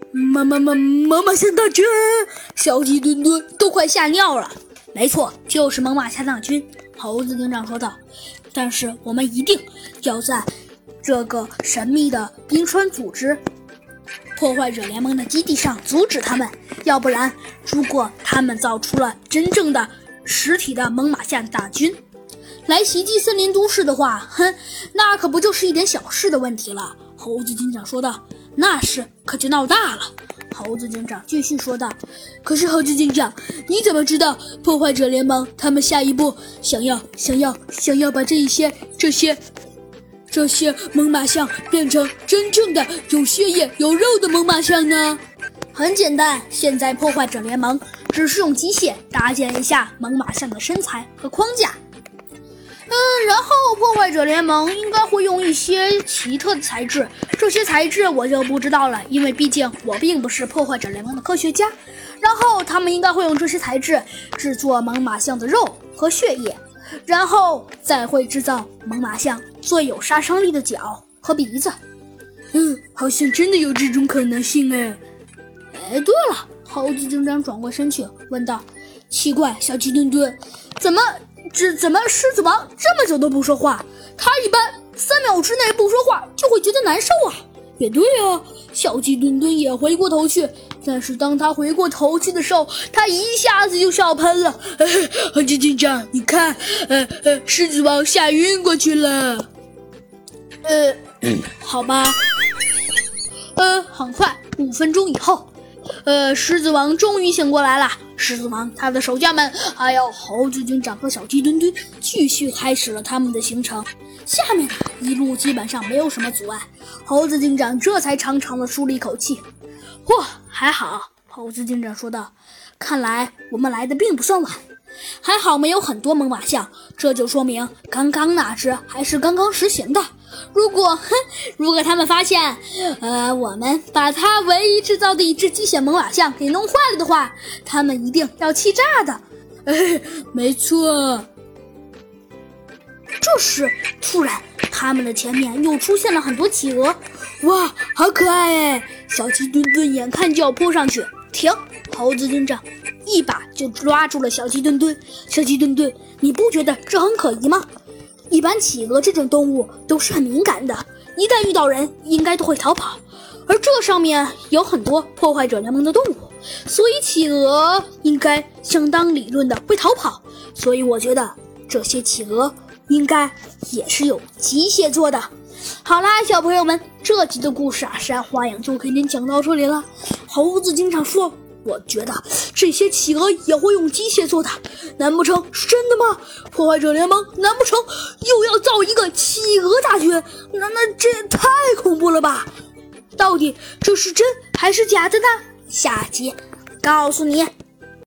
猛犸象大军，小鸡墩墩都快吓尿了。没错，就是猛犸象大军。猴子警长说道。但是我们一定要在这个神秘的冰川组织破坏者联盟的基地上阻止他们，要不然如果他们造出了真正的实体的猛犸象大军来袭击森林都市的话，那可不就是一点小事的问题了。猴子警长说道。那事可就闹大了。猴子警长继续说道。可是猴子警长，你怎么知道破坏者联盟他们下一步想要把这些猛犸象变成真正的有血液有肉的猛犸象呢？很简单，现在破坏者联盟只是用机械搭建一下猛犸象的身材和框架。然后破坏者联盟应该会用一些奇特的材质，这些材质我就不知道了，因为毕竟我并不是破坏者联盟的科学家。然后他们应该会用这些材质制作猛犸象的肉和血液，然后再会制造猛犸象最有杀伤力的脚和鼻子。好像真的有这种可能性哎。对了，猴子警长转过身去问道。奇怪，小鸡墩墩，怎么狮子王这么久都不说话？他一般3秒之内不说话就会觉得难受啊。也对啊，小鸡墩墩也回过头去，但是当他回过头去的时候，他一下子就笑喷了。猴子警长，你看，狮子王吓晕过去了。好吧。很快5分钟以后，狮子王终于醒过来了。狮子王、他的手下们还有猴子警长和小鸡墩墩继续开始了他们的行程。下面一路基本上没有什么阻碍，猴子警长这才长长的舒了一口气。还好，猴子警长说道，看来我们来的并不算晚。还好没有很多猛犸象，这就说明刚刚那只还是刚刚实行的。如果他们发现我们把它唯一制造的一只机械猛犸象给弄坏了的话，他们一定要气炸的。没错。这时突然他们的前面又出现了很多企鹅。哇，好可爱哎！小鸡墩墩眼看就要扑上去。停！猴子警长一把就抓住了小鸡墩墩。小鸡墩墩，你不觉得这很可疑吗？一般企鹅这种动物都是很敏感的，一旦遇到人应该都会逃跑，而这上面有很多破坏者联盟的动物，所以企鹅应该相当理论的会逃跑，所以我觉得这些企鹅应该也是有机械做的。好啦，小朋友们，这集的故事山花样就给您讲到这里了。猴子警长说，我觉得这些企鹅也会用机械做的，难不成是真的吗？破坏者联盟难不成又要造一个企鹅大军？那这也太恐怖了吧！到底这是真还是假的呢？下集告诉你。